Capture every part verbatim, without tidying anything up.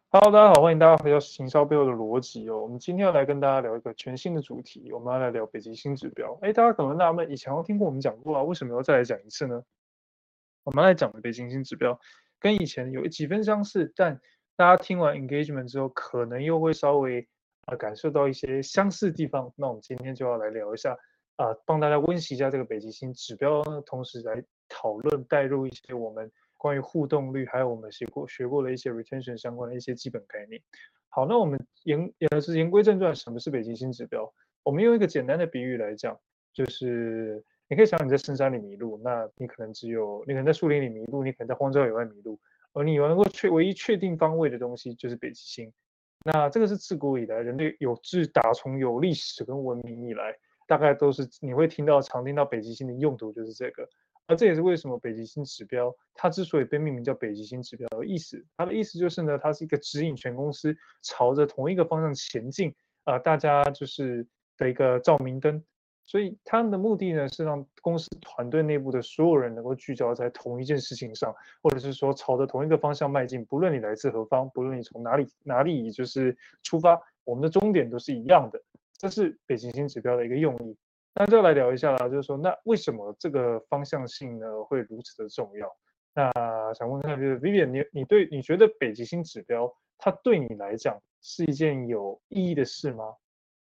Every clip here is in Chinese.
Hello，大家好，欢迎大家回到行销背后的逻辑哦。我们今天要来跟大家聊一个全新的主题，我们要来聊北极星指标。哎，大家可能纳闷，以前有听过我们讲过啊，为什么要再来讲一次呢？我们来讲的北极星指标跟以前有几分相似，但大家听完 engagement 之后，可能又会稍微啊、呃感受到一些相似地方。那我们今天就要来聊一下啊、呃帮大家温习一下这个北极星指标呢，同时来讨论带入一些我们关于互动率，还有我们学过学过的一些 retention 相关的一些基本概念。好，那我们言呃是言归正传，什么是北极星指标？我们用一个简单的比喻来讲，就是你可以想你在深山里迷路，那你可能只有你可能在树林里迷路，你可能在荒郊野外迷路，而你能够确唯一确定方位的东西就是北极星。那这个是自古以来人类有自打从有历史跟文明以来，大概都是你会听到常听到北极星的用途就是这个。而这也是为什么北极星指标它之所以被命名叫北极星指标的意思，它的意思就是呢，它是一个指引全公司朝着同一个方向前进，啊、呃大家就是的一个照明灯。所以他们的目的呢，是让公司团队内部的所有人能够聚焦在同一件事情上，或者是说朝着同一个方向迈进。不论你来自何方，不论你从哪里哪里就是出发，我们的终点都是一样的。这是北极星指标的一个用意。那就来聊一下啦，就是说，那为什么这个方向性呢会如此的重要？那想问看，就是 Vivian，你你对你觉得北极星指标它对你来讲是一件有意义的事吗？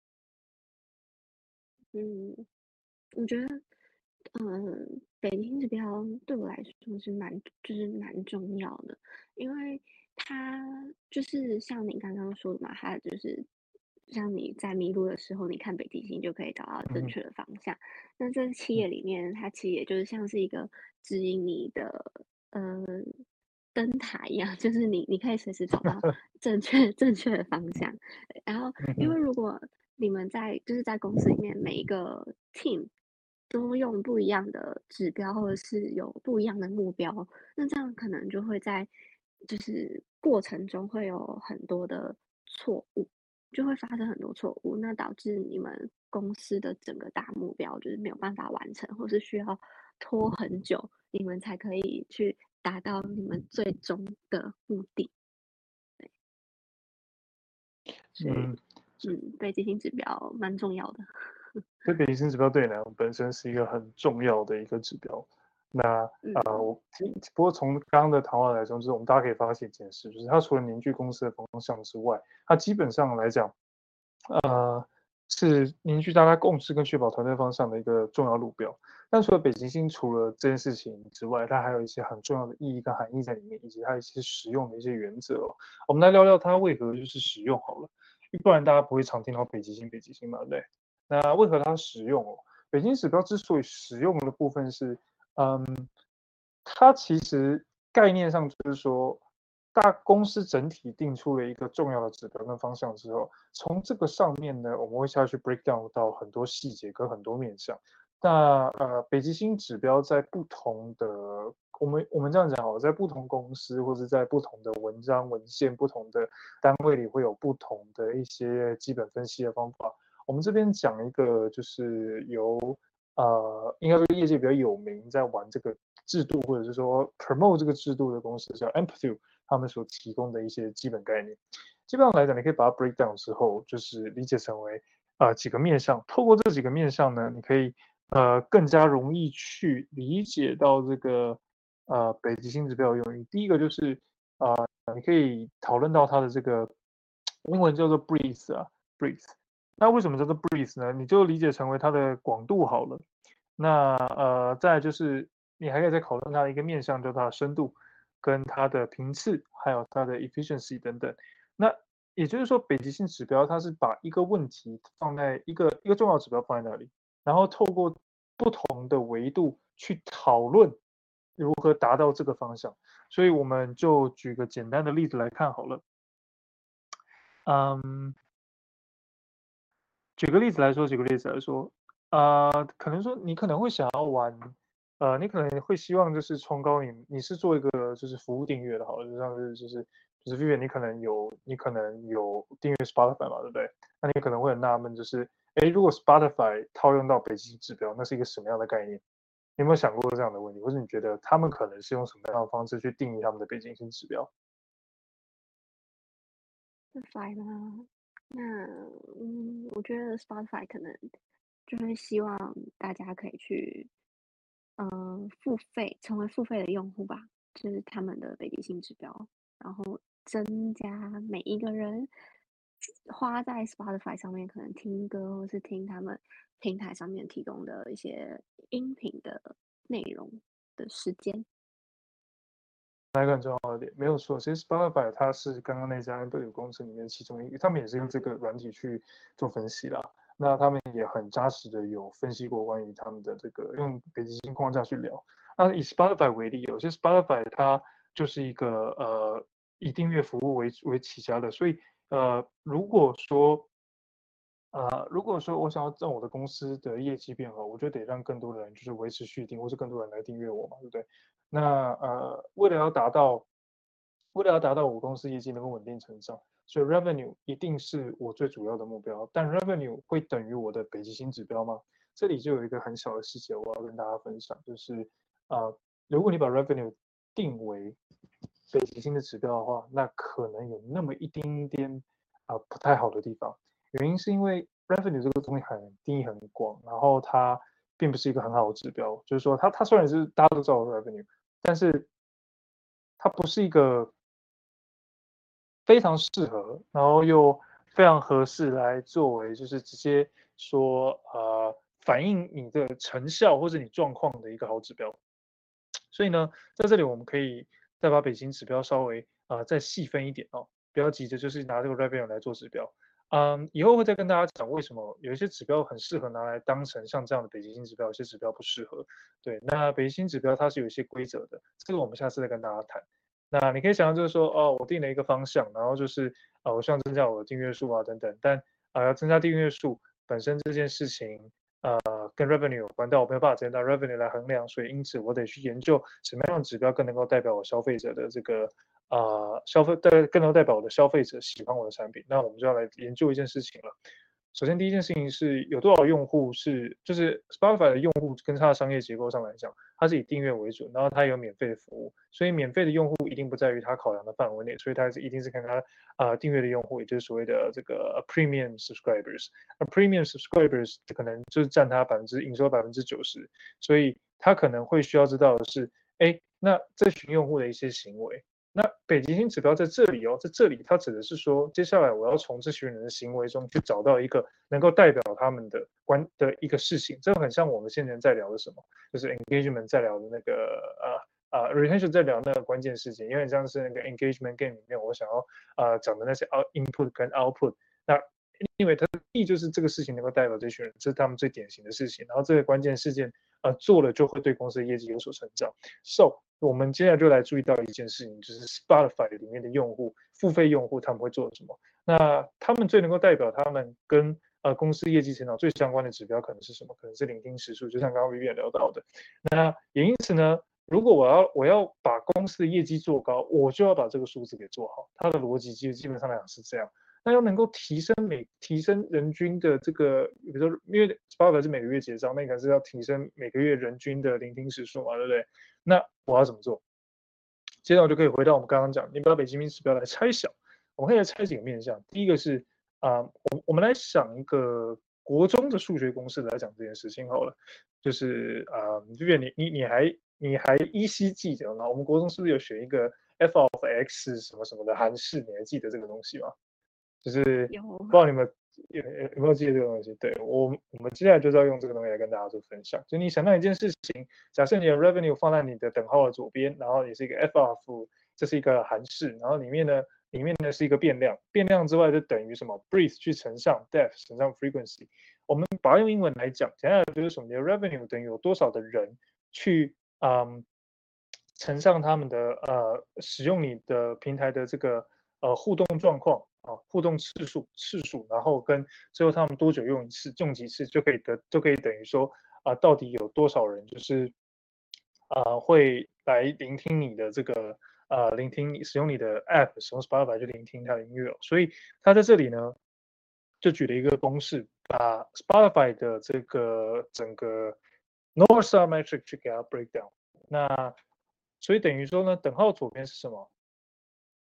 嗯，我觉得，嗯，北京指标对我来说是蛮，就是蛮重要的，因为它就是像你刚刚说的嘛，它就是像你在迷路的时候，你看北极星就可以找到正嗯确的方向。那在企嗯业里面，它其实也就是像是一个指引你的，呃，灯塔一样，就是你你可以随时找到正确正确的方向。然后，因为嗯哼如果你们在就是在公司里面每一个 team 都用不一样的指标，或者是有不一样的目标，那这样可能就会在就是过程中会有很多的错误，就会发生很多错误，那导致你们公司的整个大目标就是没有办法完成，或是需要拖很久，你们才可以去达到你们最终的目的。所以， 嗯， 嗯，被执行指标蛮重要的。 所以北极星指标对你来讲本身是一个很重要的一个指标。那呃， 嗯我听不过从刚刚的谈话来中，就是我们大家可以发现一件事，就是它除了凝聚公司的方向之外，它基本上来讲，呃，是凝聚大家共识跟确保团队方向的一个重要路标。但除了北极星，除了这件事情之外，它还有一些很重要的意义跟含义在里面，以及它一些实用的一些原则哦。我们来聊聊它为何就是实用好了，不然大家不会常听到北极星、北极星嘛，对不对？那为何它实用哦？北京指标之所以实用的部分是，嗯，它其实概念上就是说，大公司整体定出了一个重要的指标跟方向之后，从这个上面呢，我们会下去 break down 到很多细节跟很多面向。那呃，北极星指标在不同的，我们我们这样讲好了，在不同公司或者在不同的文章文献、不同的单位里，会有不同的一些基本分析的方法。我们这边讲一个，就是由呃，应该说业界比较有名，在玩这个制度，或者是说 promote 这个制度的公司叫 Amplitude，他们所提供的一些基本概念。基本上来讲，你可以把它 break down 之后，就是理解成为呃几个面向。透过这几个面向呢，你可以呃更加容易去理解到这个呃北极星指标的用意。第一个就是呃，你可以讨论到它的这个英文叫做 breathe 啊，breathe。那为什么叫做 breathe 呢？你就理解成为它的广度好了。那呃，再来就是你还可以再讨论它的一个面向，就是它的深度、跟它的频次，还有它的 efficiency 等等。那也就是说，北极星指标它是把一个问题放在一个一个重要指标放在那里，然后透过不同的维度去讨论如何达到这个方向。所以我们就举个简单的例子来看好了。嗯，举个例子来说，举个例子来说，呃，可能说你可能会想要玩，呃，你可能会希望就是冲高你你是做一个就是服务订阅的，好了，就像是就是就是 Vivian，你可能有你可能有订阅 Spotify 嘛，对不对？那你可能会很纳闷，就是诶，如果 Spotify 套用到北极指标，那是一个什么样的概念？你有没有想过这样的问题，或者你觉得他们可能是用什么样的方式去定义他们的北极星指标？ Spotify 吗？那嗯，我觉得 Spotify 可能就会希望大家可以去嗯付费，成为付费的用户吧，这是他们的北极星指标，然后增加每一个人花在 Spotify 上面可能听歌或是听他们平台上面提供的一些音频的内容的时间。 那一个很重要的点，没有错。其实 Spotify 它是刚刚那家 Amber 公司里面其中一个，他们也是用这个软体去做分析啦。那他们也很扎实的有分析过关于他们的这个用北极星框架去聊。那以 Spotify 为例，有些 Spotify 它就是一个呃以订阅服务为为起家的，所以呃如果说呃，如果说我想要让我的公司的业绩变好，我就得让更多的人就是维持续订，或是更多人来订阅我嘛，对不对？那呃，为了要达到，为了要达到我公司业绩能够稳定成长，所以 revenue 一定是我最主要的目标。但 revenue 会等于我的北极星指标吗？这里就有一个很小的细节，我要跟大家分享，就是呃，如果你把 revenue 定为北极星的指标的话，那可能有那么一丁点啊、呃、不太好的地方。原因是因为 revenue 这个东西很定义很广，然后它并不是一个很好的指标。就是说它，它虽然是大家都知道 revenue，但是它不是一个非常适合，然后又非常合适来作为就是直接说呃反映你的成效或者你状况的一个好指标。所以呢，在这里我们可以再把北京指标稍微啊、呃再细分一点哦，不要急着就是拿这个 revenue 来做指标。嗯，以后会再跟大家讲为什么有一些指标很适合拿来当成像这样的北极星指标，有些指标不适合。对，那北极星指标它是有一些规则的，这个我们下次再跟大家谈。那你可以想象就是说，哦，我定了一个方向，然后就是呃，我希望增加我的订阅数啊等等，但啊、呃要增加订阅数本身这件事情跟 revenue 有关，但我没有办法直接拿 revenue 来衡量，所以因此我得去研究什么样的指标更能够代表我消费者的这个呃消费，对，更能够代表我的消费者喜欢我的产品。那我们就要来研究一件事情了。首先，第一件事情是有多少用户是，就是 Spotify 的用户跟它的商业结构上来讲，它是以订阅为主，然后它有免费的服务，所以免费的用户一定不在于它考量的范围内，所以它是一定是看它啊、呃、订阅的用户，也就是所谓的这个 premium subscribers。而 premium subscribers 可能就是占它百分之营收百分之九十，所以它可能会需要知道的是，哎，那这群用户的一些行为。那北极星指标在这里哦，在这里它指的是说，接下来我要从这群人的行为中去找到一个能够代表他们的关的一个事情，这个很像我们现在在聊的什么，就是 engagement 在聊的那个呃呃 retention 在聊那个关键事情，因为像是那个 engagement game 里面我想要呃讲的那些 out input 跟 output，那因为它的 E 就是这个事情能够代表这群人，这是他们最典型的事情，然后这个关键事件呃做了就会对公司的业绩有所成长。So 我们接下来就来注意到一件事情，就是 Spotify 里面的用户，付费用户他们会做什么？那他们最能够代表他们跟呃公司业绩成长最相关的指标可能是什么？可能是聆听时数，就像刚刚 Vivian 聊到的。那也因此呢，如果我要我要把公司的业绩做高，我就要把这个数字给做好。它的逻辑基基本上来讲是这样。那要能够提升每提升人均的这个，比如说，因为 Spotify 是每个月结账，那可是要提升每个月人均的聆听时数嘛，对不对？那我要怎么做？接着我就可以回到我们刚刚讲，你把北极星指标来拆小，我们可以来拆几个面向。第一个是啊、呃我我们来想一个国中的数学公式来讲这件事情好了，就是啊，呃这边你你你还你还依稀记得吗？我们国中是不是有学一个 f of x 什么什么的函式？你还记得这个东西吗？就是有， 不知道你们有有有没有记得这个东西？对，我我们接下来就是要用这个东西来跟大家做分享。就你想到一件事情，假设你的 revenue 放在你的等号的左边，然后也是一个 f of，这是一个函式，然后里面呢里面呢是一个变量，变量之外就等于什么 breadth 去乘上 depth 乘上 frequency。我们把它用英文来讲，简单来就是什么？你的 revenue 等于有多少的人去嗯乘上他们的呃使用你的平台的这个呃互动状况啊，互动次数次数，然后跟最后他们多久用一次，用几次就可以得就可以等于说啊、呃到底有多少人就是呃会来聆听你的这个呃聆听你使用你的 app 使用 Spotify 去聆听它的音乐哦，所以他在这里呢就举了一个公式，把 Spotify 的这个整个 North Star metric 去给它 break down。那所以等于说呢，等号左边是什么？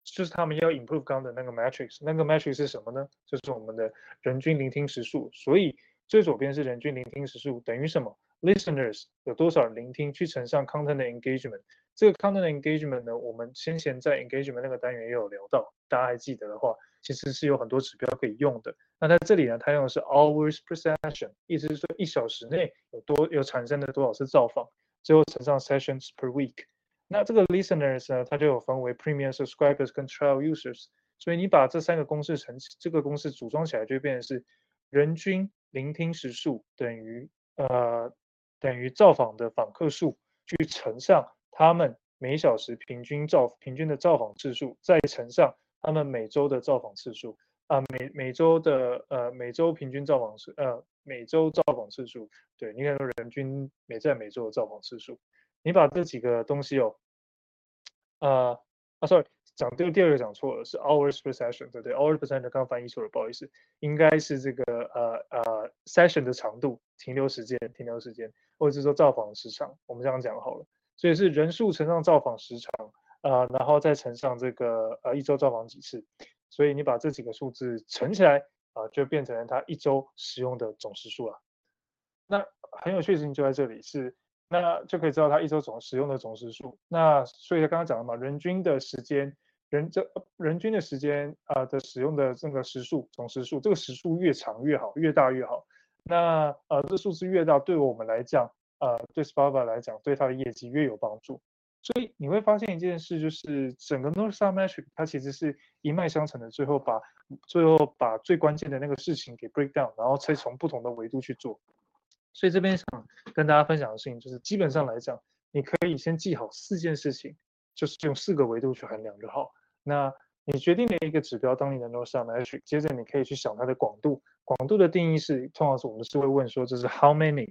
就是他们要 improve 刚刚的那个 metrics，那个 metrics 是什么呢？就是我们的人均聆听时数。所以最左边是人均聆听时数等于什么 ？listeners 有多少人聆听去乘上 content 的 engagement。这个 content 的 engagement 呢，我们先前在 engagement 那个单元也有聊到，大家还记得的话，其实是有很多指标可以用的。那在这里呢，它用的是 hours per session，意思是说一小时内有多有产生的多少次造访，最后乘上 sessions per week。那这个 listeners 呢，它就有分为 premium subscribers 跟 trial users，所以你把这三个公式乘这个公式组装起来，就会变成是人均聆听时数等于呃等于造访的访客数，去乘上他们每小时平均造平均的造访次数，再乘上他们每周的造访次数啊、呃、每每周的呃每周平均造访次呃每周造访次数，对，你可以说人均每在每周的造访次数。你把这几个东西哦，呃，啊，sorry，讲这个第二个讲错了，是 hours per session，对不对？hours per session 刚刚翻译错了，不好意思，应该是这个呃呃 session 的长度、停留时间、停留时间，或者是说造访时长，我们这样讲好了。所以是人数乘上造访时长，呃，然后再乘上这个呃一周造访几次，所以你把这几个数字乘起来，啊、呃，就变成了它一周使用的总时数了。那很有趣的事情就在这里是，那就可以知道它一周总使用的总时数。那所以刚刚讲了嘛，人均的时间，人这人均的时间啊、呃、的使用的这个时数总时数，这个时数越长越好，越大越好。那呃这数字越大，对我们来讲，呃对 Spotify 来讲，对它的业绩越有帮助。所以你会发现一件事，就是整个 North Star Metric 它其实是一脉相承的，最后把最后把最关键的那个事情给 break down，然后再从不同的维度去做。所以这边想跟大家分享的事情就是，基本上来讲，你可以先记好四件事情，就是用四个维度去衡量就好。那你决定了一个指标当你的 North Star Metric，接着你可以去想它的广度。广度的定义是，通常是我们是会问说，这是 how many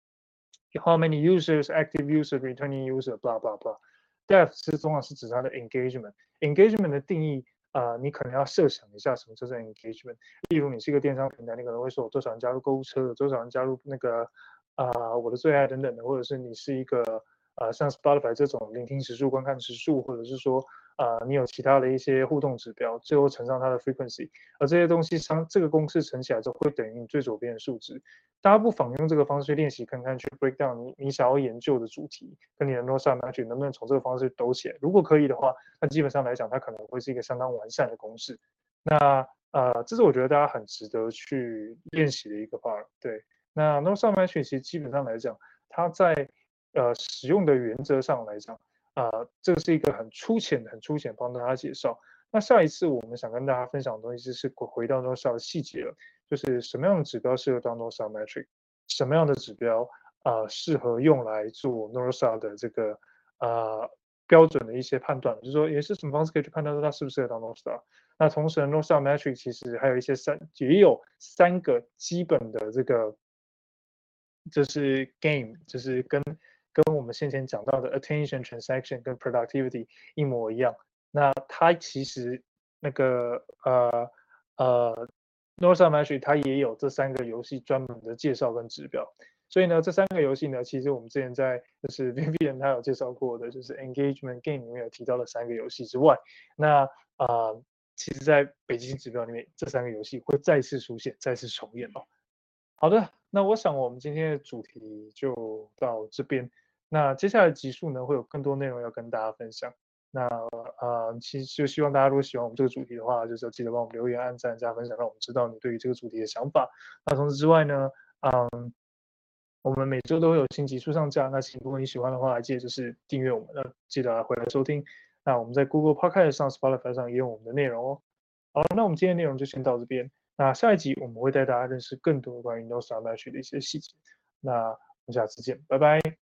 how many users, active user, returning user, blah blah blah。Depth 是通常是指它的 engagement。engagement 的定义，呃，你可能要设想一下什么叫做 engagement。例如，你是一个电商平台，你可能会说有多少人加入购物车，有多少人加入那个啊、呃、我的最爱等等的，或者是你是一个呃像 Spotify 这种聆听时数、观看时数，或者是说呃你有其他的一些互动指标，最后乘上它的 frequency，而这些东西相这个公式乘起来就会等于你最左边的数值。大家不妨用这个方式去练习看看，去 break down 你你想要研究的主题，跟你的 North Star Metric 能不能从这个方式抖起来。如果可以的话，那基本上来讲，它可能会是一个相当完善的公式。那呃，这是我觉得大家很值得去练习的一个 part。对，那 North Star Metric 其实基本上来讲，它在呃使用的原则上来讲，呃，这是一个很粗浅、很粗浅帮大家介绍。那下一次我们想跟大家分享的东西就是回到 North Star 的细节了。就是什么样的指标适合当 North Star Metric，什么样的指标啊、呃、适合用来做 North Star 的这个呃标准的一些判断，就是说也是什么方式可以去判断说它适不适合当 North Star。那同时 North Star Metric 其实还有一些三也有三个基本的这个就是 game，就是跟跟我们先前讲到的 attention、transaction 跟 productivity 一模一样。那它其实那个呃呃 North Star Metric 它也有这三个游戏专门的介绍跟指标。所以呢，这三个游戏呢，其实我们之前在就是 Vivian 他有介绍过的，就是 engagement game 里面有提到的三个游戏之外，那啊、呃，其实在北极星指标里面，这三个游戏会再次出现，再次重演哦。好的，那我想我们今天的主题就到这边。那接下来的集数呢，会有更多内容要跟大家分享。那呃，其实就希望大家如果喜欢我们这个主题的话，就是要记得帮我们留言、按赞、加分享，让我们知道你对于这个主题的想法。那除此之外呢，嗯，我们每周都会有新集数上架。那请如果你喜欢的话，记得就是订阅我们，那记得回来收听。那我们在 Google Podcast 上、Spotify 上也有我们的内容哦。好，那我们今天的内容就先到这边。那下一集我们会带大家认识更多关于 North Star Metric 的一些细节。那我们下次见，拜拜。